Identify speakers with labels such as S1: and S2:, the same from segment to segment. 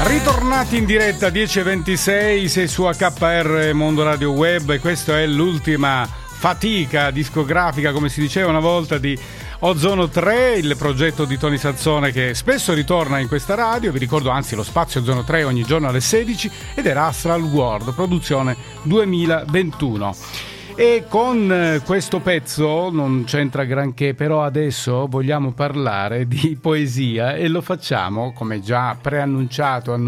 S1: Ritornati in diretta 10:26, sei su HPR Mondo Radio Web e questa è l'ultima fatica discografica, come si diceva una volta, di Ozono 3, il progetto di Tony Sazzone che spesso ritorna in questa radio. Vi ricordo anzi lo spazio Ozono 3 ogni giorno alle 16 ed era Astral World, produzione 2021. E con questo pezzo non c'entra granché, però adesso vogliamo parlare di poesia e lo facciamo, come già annunciato,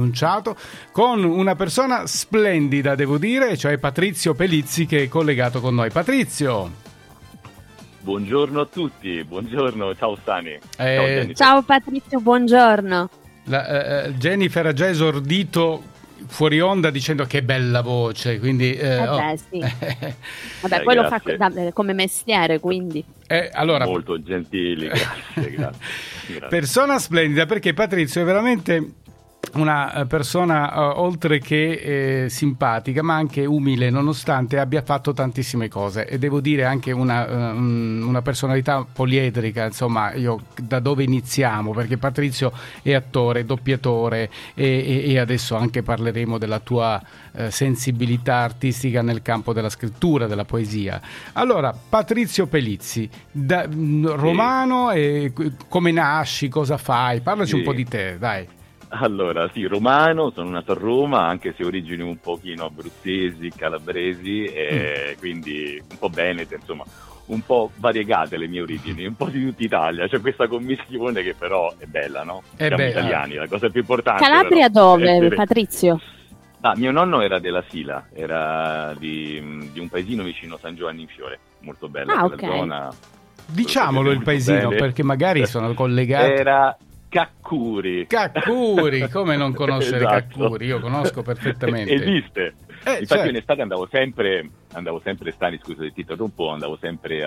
S1: con una persona splendida, devo dire, cioè Patrizio Pelizzi, che è collegato con noi. Patrizio!
S2: Buongiorno a tutti, buongiorno, ciao Stani.
S3: Ciao Patrizio, buongiorno.
S1: Jennifer ha già esordito fuori onda dicendo che bella voce, quindi
S3: sì. Vabbè, poi grazie. Lo fa come mestiere, quindi
S1: allora,
S2: molto gentili, grazie.
S1: Persona splendida, perché Patrizio è veramente una persona oltre che simpatica, ma anche umile, nonostante abbia fatto tantissime cose, e devo dire anche una personalità poliedrica. Insomma, io da dove iniziamo? Perché Patrizio è attore, doppiatore e adesso anche parleremo della tua sensibilità artistica nel campo della scrittura, della poesia. Allora, Patrizio Pelizzi, romano, come nasci, cosa fai? Parlaci un po' di te, dai.
S2: Allora, sì, romano, sono nato a Roma, anche se origini un pochino abruzzesi, calabresi, quindi un po' venete, insomma, un po' variegate le mie origini, un po' di tutta Italia. C'è questa commistione che però è bella, no? Siamo italiani, la cosa più importante.
S3: Calabria però, dove, Patrizio?
S2: Mio nonno era della Sila, era di un paesino vicino San Giovanni in Fiore, molto bella quella zona.
S1: Diciamolo il paesino, perché magari sono collegati.
S2: Era Caccuri,
S1: come non conoscere esatto. Caccuri? Io conosco perfettamente.
S2: Esiste. Infatti in estate andavo sempre Stani, scusa se ti interrompo, andavo sempre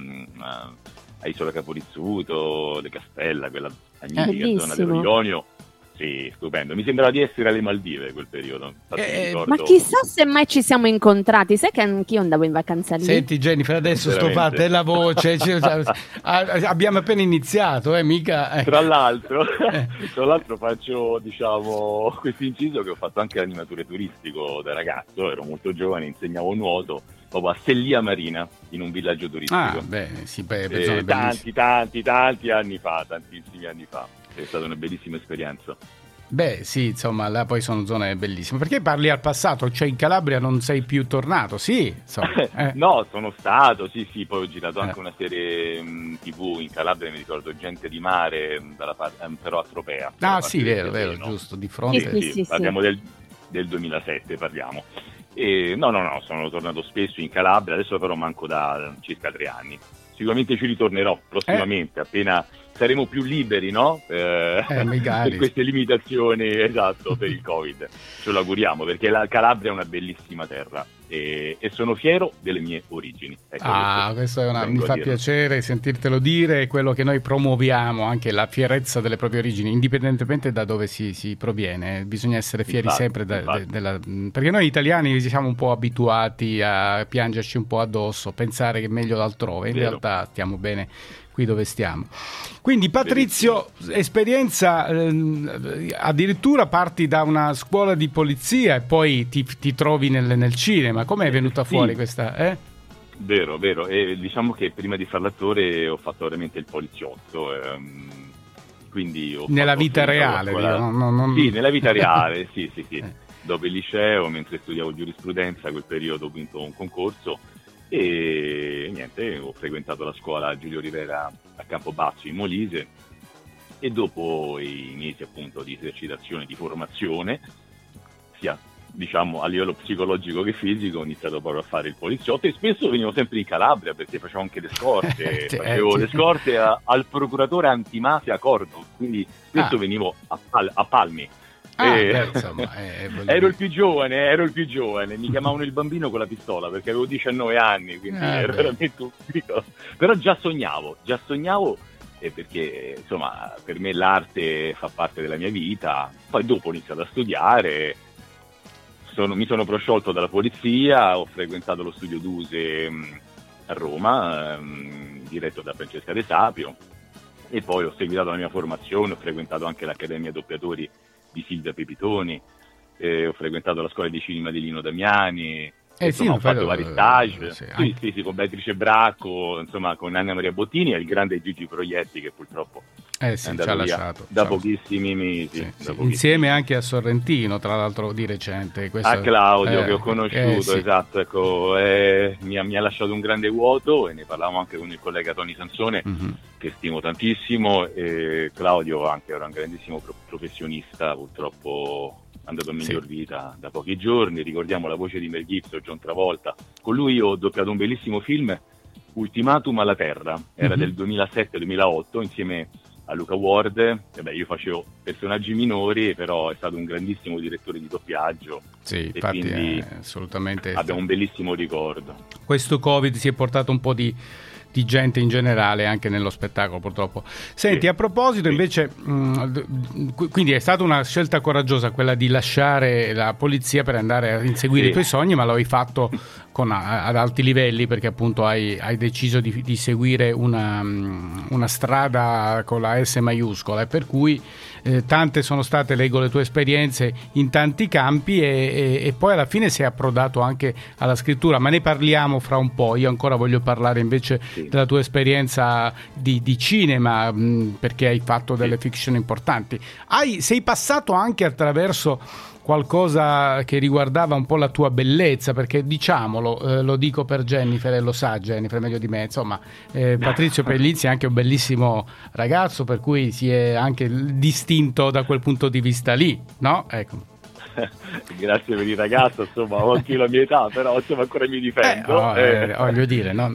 S2: a Isola Caporizzuto, Le Castella, quella magnifica zona dello Ionio. Sì, stupendo. Mi sembrava di essere alle Maldive quel periodo.
S3: Ma chissà se mai ci siamo incontrati. Sai che anch'io andavo in vacanza lì.
S1: Senti Jennifer, adesso sto parte la voce. Abbiamo appena iniziato, mica.
S2: Tra l'altro faccio, diciamo, questo inciso che ho fatto anche l'animatore turistico da ragazzo. Ero molto giovane, insegnavo nuoto proprio a Sellia Marina, in un villaggio turistico. Tanti anni fa, tantissimi anni fa. È stata una bellissima esperienza.
S1: Beh, sì, insomma, là poi sono zone bellissime. Perché parli al passato? Cioè in Calabria non sei più tornato? Sì, insomma.
S2: No, sono stato, sì, poi ho girato anche una serie TV in Calabria, mi ricordo Gente di Mare, però a Tropea.
S1: Sì, vero, giusto, di fronte.
S2: Sì. Parliamo del 2007, parliamo. No, sono tornato spesso in Calabria, adesso però manco da circa 3 anni. Sicuramente ci ritornerò prossimamente, appena saremo più liberi, no? Per queste limitazioni, esatto, per il Covid. Ce lo auguriamo, perché la Calabria è una bellissima terra e sono fiero delle mie origini.
S1: Questo mi fa piacere sentirtelo dire, è quello che noi promuoviamo, anche la fierezza delle proprie origini, indipendentemente da dove si proviene. Bisogna essere fieri sempre perché noi italiani siamo un po' abituati a piangerci un po' addosso, pensare che è meglio altrove, in realtà stiamo bene qui dove stiamo. Quindi Patrizio, esperienza, addirittura parti da una scuola di polizia e poi ti trovi nel cinema. Com'è venuta fuori questa?
S2: Vero, e diciamo che prima di fare l'attore ho fatto veramente il poliziotto, quindi
S1: nella vita reale,
S2: Sì, nella vita reale, sì. Dopo il liceo, mentre studiavo giurisprudenza, quel periodo ho vinto un concorso e niente, ho frequentato la scuola Giulio Rivera a Campobasso in Molise e dopo i mesi appunto di esercitazione, di formazione, sia diciamo a livello psicologico che fisico, ho iniziato proprio a fare il poliziotto e spesso venivo sempre in Calabria perché facevo anche le scorte, le scorte al procuratore antimafia Cordo, quindi spesso venivo a Palmi. Ero il più giovane, mi chiamavano il bambino con la pistola perché avevo 19 anni, quindi ero veramente un piccolo. Però già sognavo perché insomma per me l'arte fa parte della mia vita. Poi dopo ho iniziato a studiare, mi sono prosciolto dalla polizia, ho frequentato lo studio Duse a Roma, diretto da Francesca De Sapio, e poi ho seguito la mia formazione, ho frequentato anche l'Accademia Doppiatori di Silvia Pepitoni, ho frequentato la scuola di cinema di Lino Damiani, insomma, ho fatto vari stage, sì, con Beatrice Bracco, insomma, con Anna Maria Bottini e il grande Gigi Proietti, che purtroppo è andato via
S1: lasciato
S2: da pochissimi mesi.
S1: Insieme anche a Sorrentino, tra l'altro, di recente.
S2: A Claudio, che ho conosciuto, esatto, ecco, mi ha lasciato un grande vuoto, e ne parlavamo anche con il collega Tony Sansone, che stimo tantissimo, e Claudio anche era un grandissimo professionista, purtroppo andato a miglior vita da pochi giorni. Ricordiamo la voce di Mel Gibson, John Travolta. Con lui ho doppiato un bellissimo film, Ultimatum alla Terra, era del 2007-2008, insieme a Luca Ward. Io facevo personaggi minori, però è stato un grandissimo direttore di doppiaggio.
S1: Sì, infatti
S2: quindi
S1: assolutamente
S2: abbiamo un bellissimo ricordo.
S1: Questo Covid si è portato un po' di gente in generale anche nello spettacolo, purtroppo. Senti, a proposito invece, quindi è stata una scelta coraggiosa quella di lasciare la polizia per andare a inseguire i tuoi sogni, ma lo hai fatto ad alti livelli, perché appunto hai deciso di seguire una strada con la S maiuscola, e per cui tante sono state, leggo, le tue esperienze in tanti campi, e poi alla fine sei approdato anche alla scrittura, ma ne parliamo fra un po'. Io ancora voglio parlare invece della tua esperienza di cinema, perché hai fatto delle fiction importanti. Sei passato anche attraverso qualcosa che riguardava un po' la tua bellezza, perché diciamolo, lo dico per Jennifer, e lo sa Jennifer meglio di me, insomma, Patrizio Pellizzi è anche un bellissimo ragazzo, per cui si è anche distinto da quel punto di vista lì, no? Ecco.
S2: Grazie per il ragazzo, insomma, ho anche la mia età, però insomma ancora mi difendo.
S1: Voglio dire, no,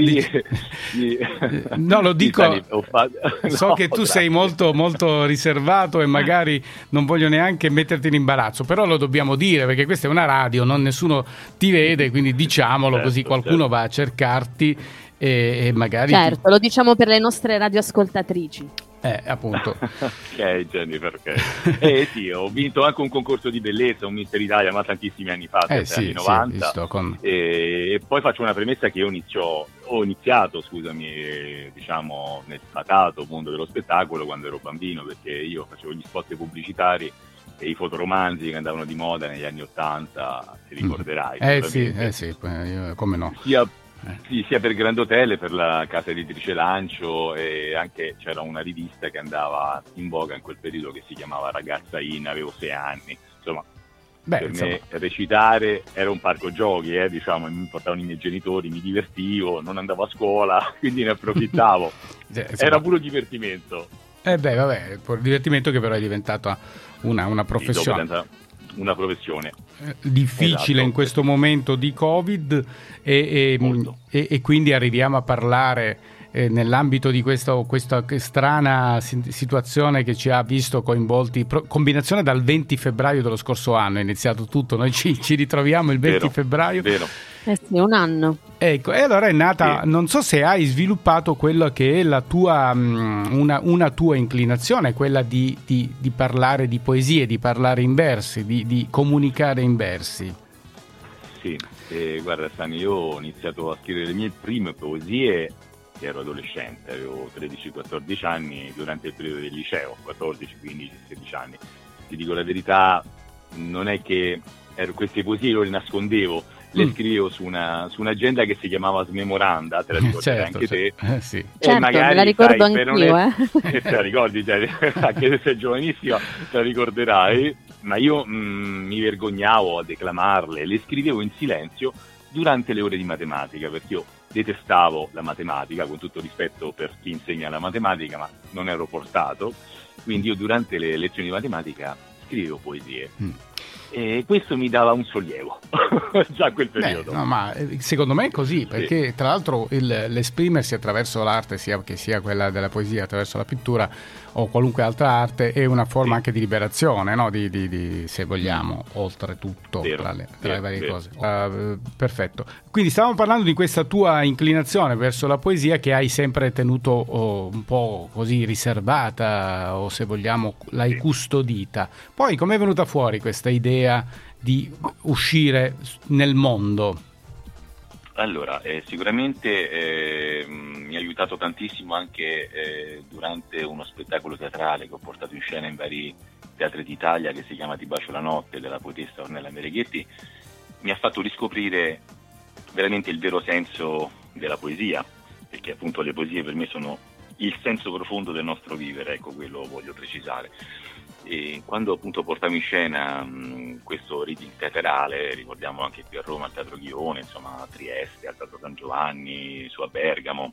S1: lo dico, so che tu sei molto, molto riservato e magari non voglio neanche metterti in imbarazzo, però lo dobbiamo dire, perché questa è una radio, nessuno ti vede, quindi diciamolo, così qualcuno va a cercarti e magari...
S3: Certo, lo diciamo per le nostre radioascoltatrici.
S1: Appunto.
S2: Ok, Jennifer, ok. Sì, ho vinto anche un concorso di bellezza, un Mister Italia, ma tantissimi anni fa, anni 90. E poi faccio una premessa che ho iniziato, diciamo, nel fatato mondo dello spettacolo quando ero bambino, perché io facevo gli spot pubblicitari e i fotoromanzi che andavano di moda negli anni 80, ti ricorderai.
S1: Sì, come no.
S2: Sia per Grand Hotel, per la casa editrice Lancio, e anche c'era una rivista che andava in voga in quel periodo che si chiamava Ragazza In, avevo 6 anni, insomma. Per me recitare era un parco giochi, diciamo, mi portavano i miei genitori, mi divertivo, non andavo a scuola, quindi ne approfittavo. Era puro divertimento.
S1: Divertimento che però è diventata una professione.
S2: Una professione
S1: difficile, esatto, in questo momento di Covid, e quindi arriviamo a parlare nell'ambito di questa strana situazione che ci ha visto coinvolti, combinazione dal 20 febbraio dello scorso anno è iniziato tutto, noi ci ritroviamo il 20 febbraio.
S3: Vero. Sì, un anno.
S1: Ecco, e allora è nata, non so se hai sviluppato quello che è la tua una tua inclinazione, quella di parlare di poesie, di parlare in versi, di comunicare in versi.
S2: Sì, guarda Sani, io ho iniziato a scrivere le mie prime poesie che ero adolescente, avevo 13-14 anni, durante il periodo del liceo, 14, 15, 16 anni. Ti dico la verità, non è che queste poesie io le nascondevo, le scrivevo su un'agenda che si chiamava Smemoranda, te la ricordi anche te?
S3: Sì. Certo, magari, me la ricordo anch'io.
S2: Te la ricordi, anche se sei giovanissima te la ricorderai, ma io mi vergognavo a declamarle, le scrivevo in silenzio durante le ore di matematica, perché io detestavo la matematica, con tutto rispetto per chi insegna la matematica, ma non ero portato, quindi io durante le lezioni di matematica scrivevo poesie. E questo mi dava un sollievo già a quel periodo.
S1: Ma secondo me è così, perché tra l'altro l'esprimersi attraverso l'arte, sia che sia quella della poesia, attraverso la pittura o qualunque altra arte, è una forma anche di liberazione, no? di se vogliamo, oltretutto, tra le varie cose. Perfetto. Quindi stavamo parlando di questa tua inclinazione verso la poesia, che hai sempre tenuto un po' così riservata, o se vogliamo l'hai custodita. Poi com'è venuta fuori questa idea di uscire nel mondo?
S2: Allora, sicuramente mi ha aiutato tantissimo anche durante uno spettacolo teatrale che ho portato in scena in vari Teatri d'Italia, che si chiama Ti bacio la notte, della poetessa Ornella Mereghetti, mi ha fatto riscoprire veramente il vero senso della poesia, perché appunto le poesie per me sono il senso profondo del nostro vivere, ecco, quello voglio precisare. E quando appunto portavo in scena questo reading teatrale, ricordiamo anche qui a Roma al Teatro Ghione, insomma a Trieste, al Teatro San Giovanni, su a Bergamo,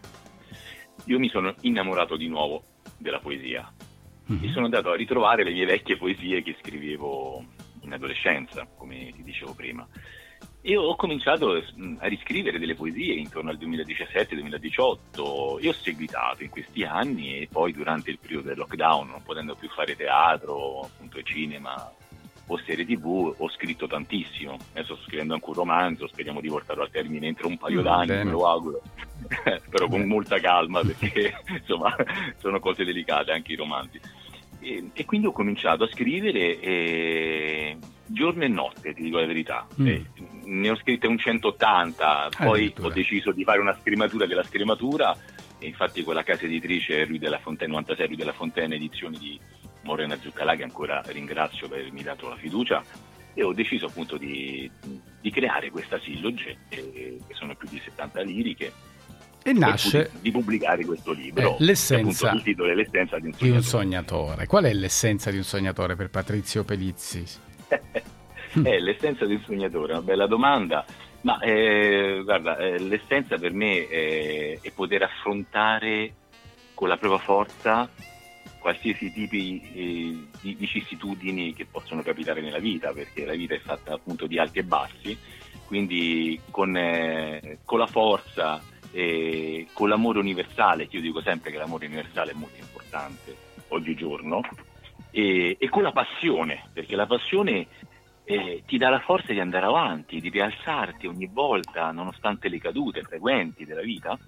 S2: io mi sono innamorato di nuovo della poesia. Mi sono andato a ritrovare le mie vecchie poesie che scrivevo in adolescenza, come ti dicevo prima. E ho cominciato a riscrivere delle poesie intorno al 2017-2018 e ho seguitato in questi anni, e poi durante il periodo del lockdown, non potendo più fare teatro, appunto cinema o serie TV, ho scritto tantissimo. Adesso sto scrivendo anche un romanzo, speriamo di portarlo a termine entro un paio d'anni, me lo auguro, però con molta calma, perché insomma sono cose delicate anche i romanzi. E quindi ho cominciato a scrivere giorno e notte, ti dico la verità. Ne ho scritte un 180, poi ho deciso di fare una scrematura della scrematura, e infatti quella casa editrice Rue de la Fontaine, 96 Rue de la Fontaine, edizioni di Morena Zuccalà, che ancora ringrazio per avermi dato la fiducia, e ho deciso appunto di creare questa silloge, che sono più di 70 liriche,
S1: e nasce
S2: di pubblicare questo libro.
S1: L'essenza,
S2: il titolo è L'essenza di
S1: un sognatore. Qual è l'essenza di un sognatore per Patrizio Pelizzi?
S2: L'essenza di un sognatore, una bella domanda, ma guarda, l'essenza per me è poter affrontare con la propria forza qualsiasi tipi di vicissitudini che possono capitare nella vita, perché la vita è fatta appunto di alti e bassi, quindi con la forza e con l'amore universale, che io dico sempre che l'amore universale è molto importante oggigiorno, e con la passione, perché la passione ti dà la forza di andare avanti, di rialzarti ogni volta nonostante le cadute frequenti della vita,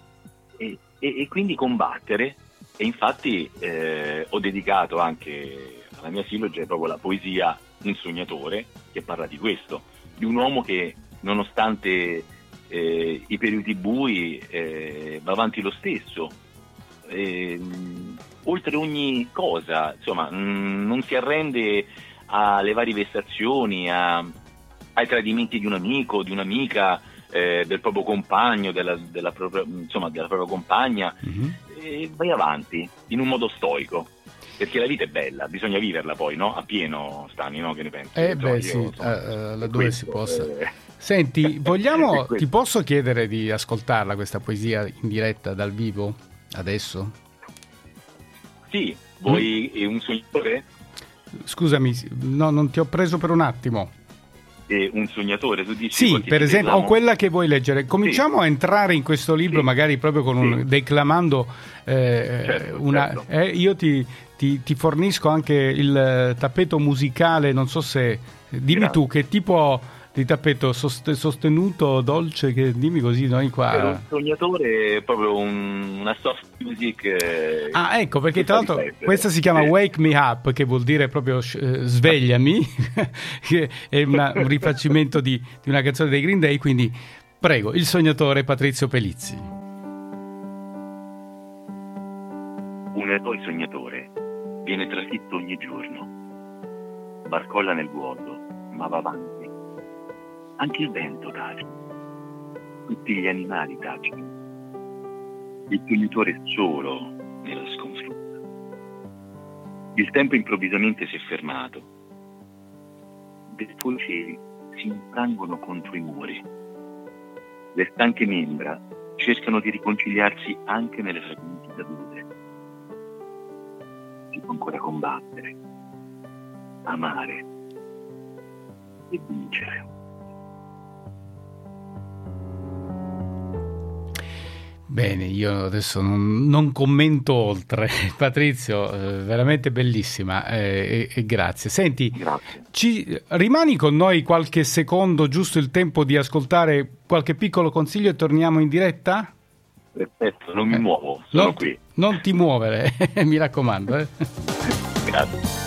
S2: e quindi combattere. E infatti ho dedicato anche alla mia silloge proprio la poesia Un sognatore, che parla di questo, di un uomo che nonostante i periodi bui va avanti lo stesso, oltre ogni cosa, insomma, non si arrende alle varie vessazioni, ai tradimenti di un amico, di un'amica, del proprio compagno, della propria compagna, e vai avanti in un modo stoico, perché la vita è bella, bisogna viverla poi, no? A pieno, Stani, no? Che ne pensi?
S1: Laddove si possa. Senti, ti posso chiedere di ascoltarla questa poesia in diretta dal vivo adesso?
S2: Sì, vuoi un sognatore?
S1: Scusami, no, non ti ho preso per un attimo.
S2: Un sognatore, tu dici?
S1: Sì, per esempio, o quella che vuoi leggere. Cominciamo a entrare in questo libro, magari proprio con declamando certo. Io ti fornisco anche il tappeto musicale, non so se... Dimmi tu che tipo di tappeto sostenuto, dolce, che dimmi così noi qua.
S2: Per un sognatore è proprio una soft music.
S1: Ecco, perché tra l'altro questa si chiama Wake Me Up, che vuol dire proprio svegliami, che è un rifacimento di una canzone dei Green Day, quindi prego, il sognatore Patrizio Pelizzi.
S2: Un eroe sognatore viene trafitto ogni giorno, barcolla nel vuoto, ma va avanti. Anche il vento tace, tutti gli animali tacciono. Il sognatore è solo nella sconfitta. Il tempo improvvisamente si è fermato. Le voci si infrangono contro i muri. Le stanche membra cercano di riconciliarsi anche nelle frequenti cadute. Si può ancora combattere, amare e vincere.
S1: Bene, io adesso non commento oltre. Patrizio, veramente bellissima, e grazie. Senti,
S2: grazie.
S1: Rimani con noi qualche secondo, giusto il tempo di ascoltare qualche piccolo consiglio e torniamo in diretta?
S2: Perfetto, non mi muovo, sono qui.
S1: Non ti muovere, mi raccomando.
S2: Grazie.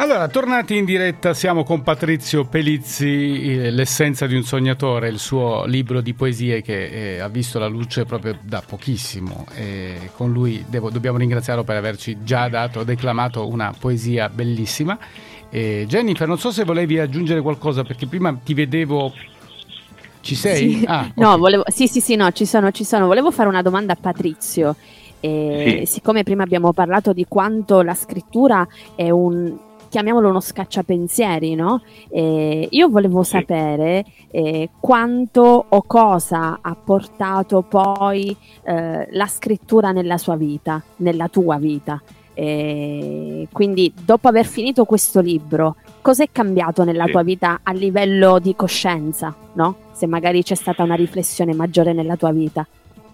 S1: Allora, tornati in diretta, siamo con Patrizio Pelizzi, L'essenza di un sognatore, il suo libro di poesie che ha visto la luce proprio da pochissimo. E con lui dobbiamo ringraziarlo per averci già declamato una poesia bellissima. Jennifer, non so se volevi aggiungere qualcosa, perché prima ti vedevo. Ci sei?
S3: Sì. No, okay. Sì, no, ci sono. Volevo fare una domanda a Patrizio.
S2: Sì.
S3: Siccome prima abbiamo parlato di quanto la scrittura è chiamiamolo uno scacciapensieri, no? Io volevo sapere quanto o cosa ha portato poi la scrittura nella sua vita, nella tua vita. Quindi dopo aver finito questo libro, cosa è cambiato nella tua vita a livello di coscienza, no? Se magari c'è stata una riflessione maggiore nella tua vita.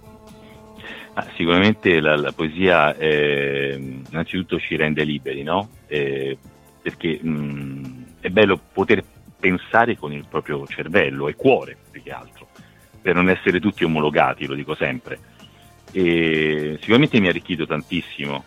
S2: Sicuramente la poesia innanzitutto ci rende liberi, no? Perché è bello poter pensare con il proprio cervello e cuore, più che altro, per non essere tutti omologati, lo dico sempre. E sicuramente mi ha arricchito tantissimo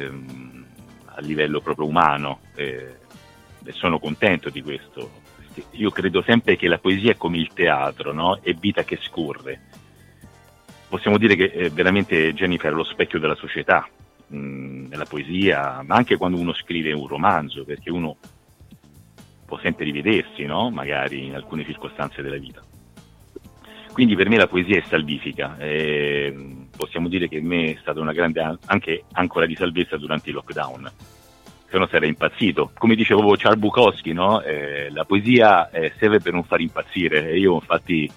S2: a livello proprio umano, e sono contento di questo. Io credo sempre che la poesia è come il teatro, no? È vita che scorre. Possiamo dire che veramente Jennifer è lo specchio della società, nella poesia, ma anche quando uno scrive un romanzo, perché uno può sempre rivedersi, no? Magari in alcune circostanze della vita. Quindi per me la poesia è salvifica, possiamo dire che per me è stata una grande anche ancora di salvezza durante il lockdown, se no sarei impazzito. Come dicevo Charles Bukowski, no? La poesia serve per non far impazzire, e io infatti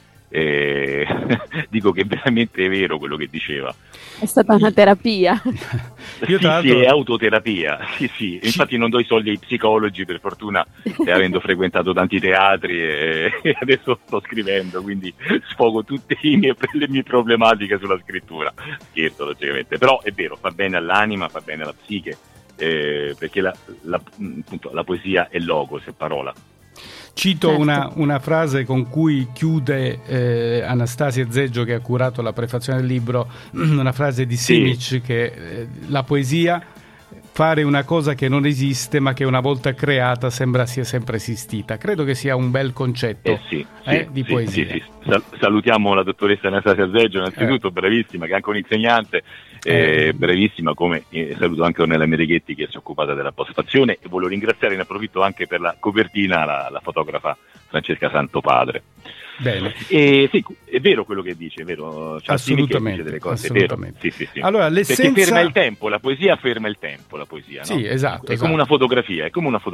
S2: dico che veramente è vero quello che diceva.
S3: È stata una terapia.
S2: Sì, è autoterapia, sì. Infatti non do i soldi ai psicologi, per fortuna, avendo frequentato tanti teatri e adesso sto scrivendo, quindi sfogo tutte le mie problematiche sulla scrittura. Scherzo, logicamente, però è vero, fa bene all'anima, fa bene alla psiche, perché appunto, la poesia è logos, è parola.
S1: Cito
S3: Certo.
S1: una frase con cui chiude Anastasia Zeggio, che ha curato la prefazione del libro, una frase di Simic, che la poesia, fare una cosa che non esiste ma che una volta creata sembra sia sempre esistita. Credo che sia un bel concetto di poesia.
S2: Sì. Salutiamo la dottoressa Anastasia Zeggio, innanzitutto, bravissima, che è anche un'insegnante, bravissima, come saluto anche Ornella Mereghetti, che si è occupata della postfazione, e voglio ringraziare, ne approfitto anche per la copertina, la fotografa Francesca Santopadre.
S1: Bene.
S2: Sì, è vero quello che dice, è vero,
S1: assolutamente,
S2: delle cose,
S1: assolutamente.
S2: È vero. Sì.
S1: Allora, l'essenza...
S2: Perché ferma il tempo, la poesia ferma il tempo, la poesia, no?
S1: Sì, esatto.
S2: È come una fotografia,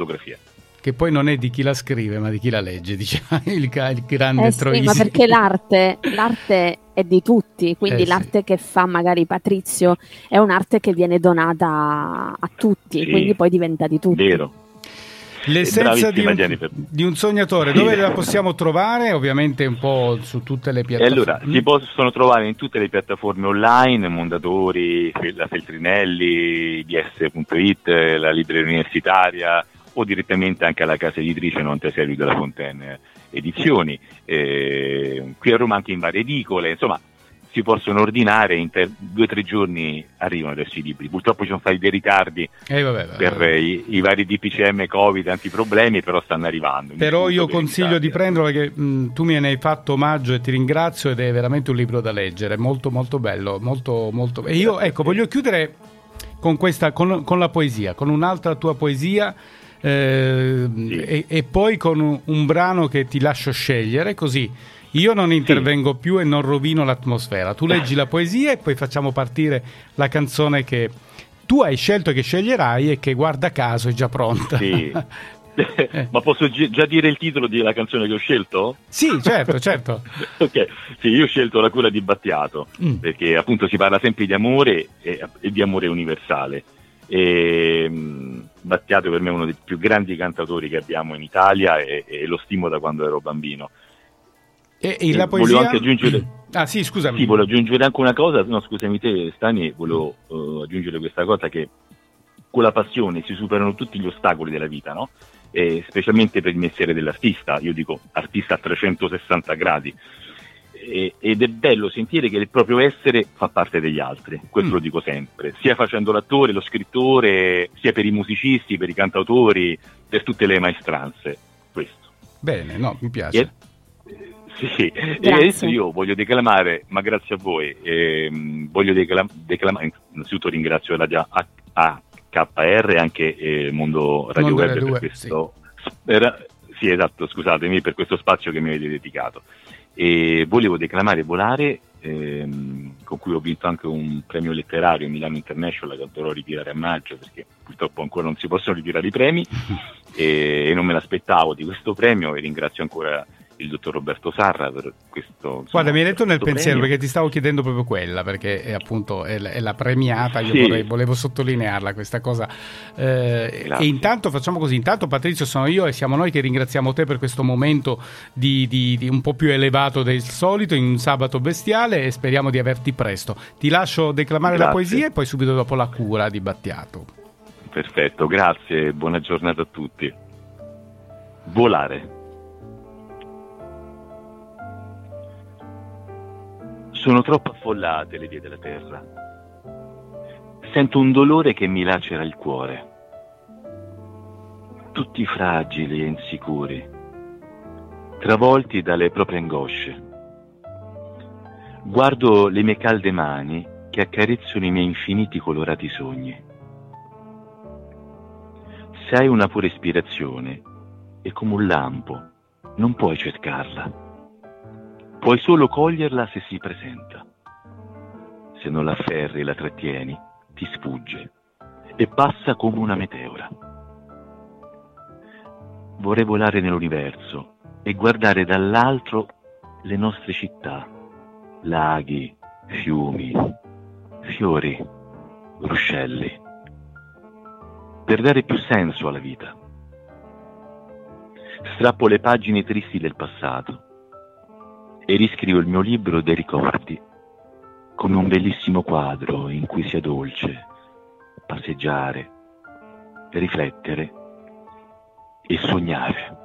S1: Che poi non è di chi la scrive, ma di chi la legge, diceva il grande Troisi.
S3: Ma perché l'arte è di tutti, quindi l'arte che fa magari Patrizio è un'arte che viene donata a tutti, quindi poi diventa di tutti.
S2: Vero.
S1: L'essenza di un sognatore, dove la possiamo trovare? Ovviamente un po' su tutte le piattaforme.
S2: Allora, si possono trovare in tutte le piattaforme online, Mondadori, la Feltrinelli, bs.it, la libreria universitaria, o direttamente anche alla casa editrice Nonteselli della Fontaine Edizioni, qui a Roma anche in varie edicole, insomma si possono ordinare, in 2 o 3 giorni arrivano adesso i libri. Purtroppo ci sono stati dei ritardi per i vari DPCM, Covid, tanti problemi, però stanno arrivando.
S1: Però io consiglio di prenderlo, perché tu me ne hai fatto omaggio e ti ringrazio, ed è veramente un libro da leggere, molto molto bello, molto molto. E io voglio chiudere con questa, con la poesia, con un'altra tua poesia. E poi con un brano che ti lascio scegliere, così io non intervengo più e non rovino l'atmosfera. Tu leggi la poesia e poi facciamo partire la canzone che tu hai scelto, che sceglierai e che, guarda caso, è già pronta.
S2: Sì. Ma posso già dire il titolo della canzone che ho scelto?
S1: Sì, certo.
S2: Ok, sì, io ho scelto La cura di Battiato, perché appunto si parla sempre di amore e di amore universale. E Battiato per me è uno dei più grandi cantatori che abbiamo in Italia, e lo stimo da quando ero bambino.
S1: E la poesia...
S2: Volevo anche aggiungere...
S1: sì, scusami.
S2: Sì, volevo aggiungere anche una cosa, no, scusami te Stani, volevo aggiungere questa cosa, che con la passione si superano tutti gli ostacoli della vita, no? E specialmente per il mestiere dell'artista, io dico artista a 360 gradi. ed è bello sentire che il proprio essere fa parte degli altri, questo lo dico sempre, sia facendo l'attore, lo scrittore, sia per i musicisti, per i cantautori, per tutte le maestranze, questo.
S1: Bene, no, mi piace.
S2: Sì, e adesso io voglio declamare, ma grazie a voi, voglio declamare, innanzitutto ringrazio Radio AKR e anche Mondo Radio Web per questo, sì esatto, scusatemi, per questo spazio che mi avete dedicato. E volevo declamare Volare, con cui ho vinto anche un premio letterario Milano International che dovrò ritirare a maggio, perché purtroppo ancora non si possono ritirare i premi e non me l'aspettavo di questo premio, e ringrazio ancora il dottor Roberto Sarra per questo.
S1: Guarda, mi hai detto nel pensiero premio, perché ti stavo chiedendo proprio quella, perché è appunto è la premiata, io volevo sottolinearla questa cosa. E intanto facciamo così, intanto Patrizio sono io e siamo noi che ringraziamo te per questo momento di un po' più elevato del solito, in un sabato bestiale, e speriamo di averti presto. Ti lascio declamare la poesia e poi subito dopo la cura di Battiato.
S2: Perfetto, grazie, buona giornata a tutti. Volare. Sono troppo affollate le vie della terra. Sento un dolore che mi lacera il cuore. Tutti fragili e insicuri, travolti dalle proprie angosce. Guardo le mie calde mani che accarezzano i miei infiniti colorati sogni. Se hai una pura ispirazione, è come un lampo, non puoi cercarla. Puoi solo coglierla se si presenta. Se non la afferri e la trattieni, ti sfugge e passa come una meteora. Vorrei volare nell'universo e guardare dall'altro le nostre città, laghi, fiumi, fiori, ruscelli, per dare più senso alla vita. Strappo le pagine tristi del passato e riscrivo il mio libro dei ricordi, come un bellissimo quadro in cui sia dolce passeggiare, riflettere e sognare.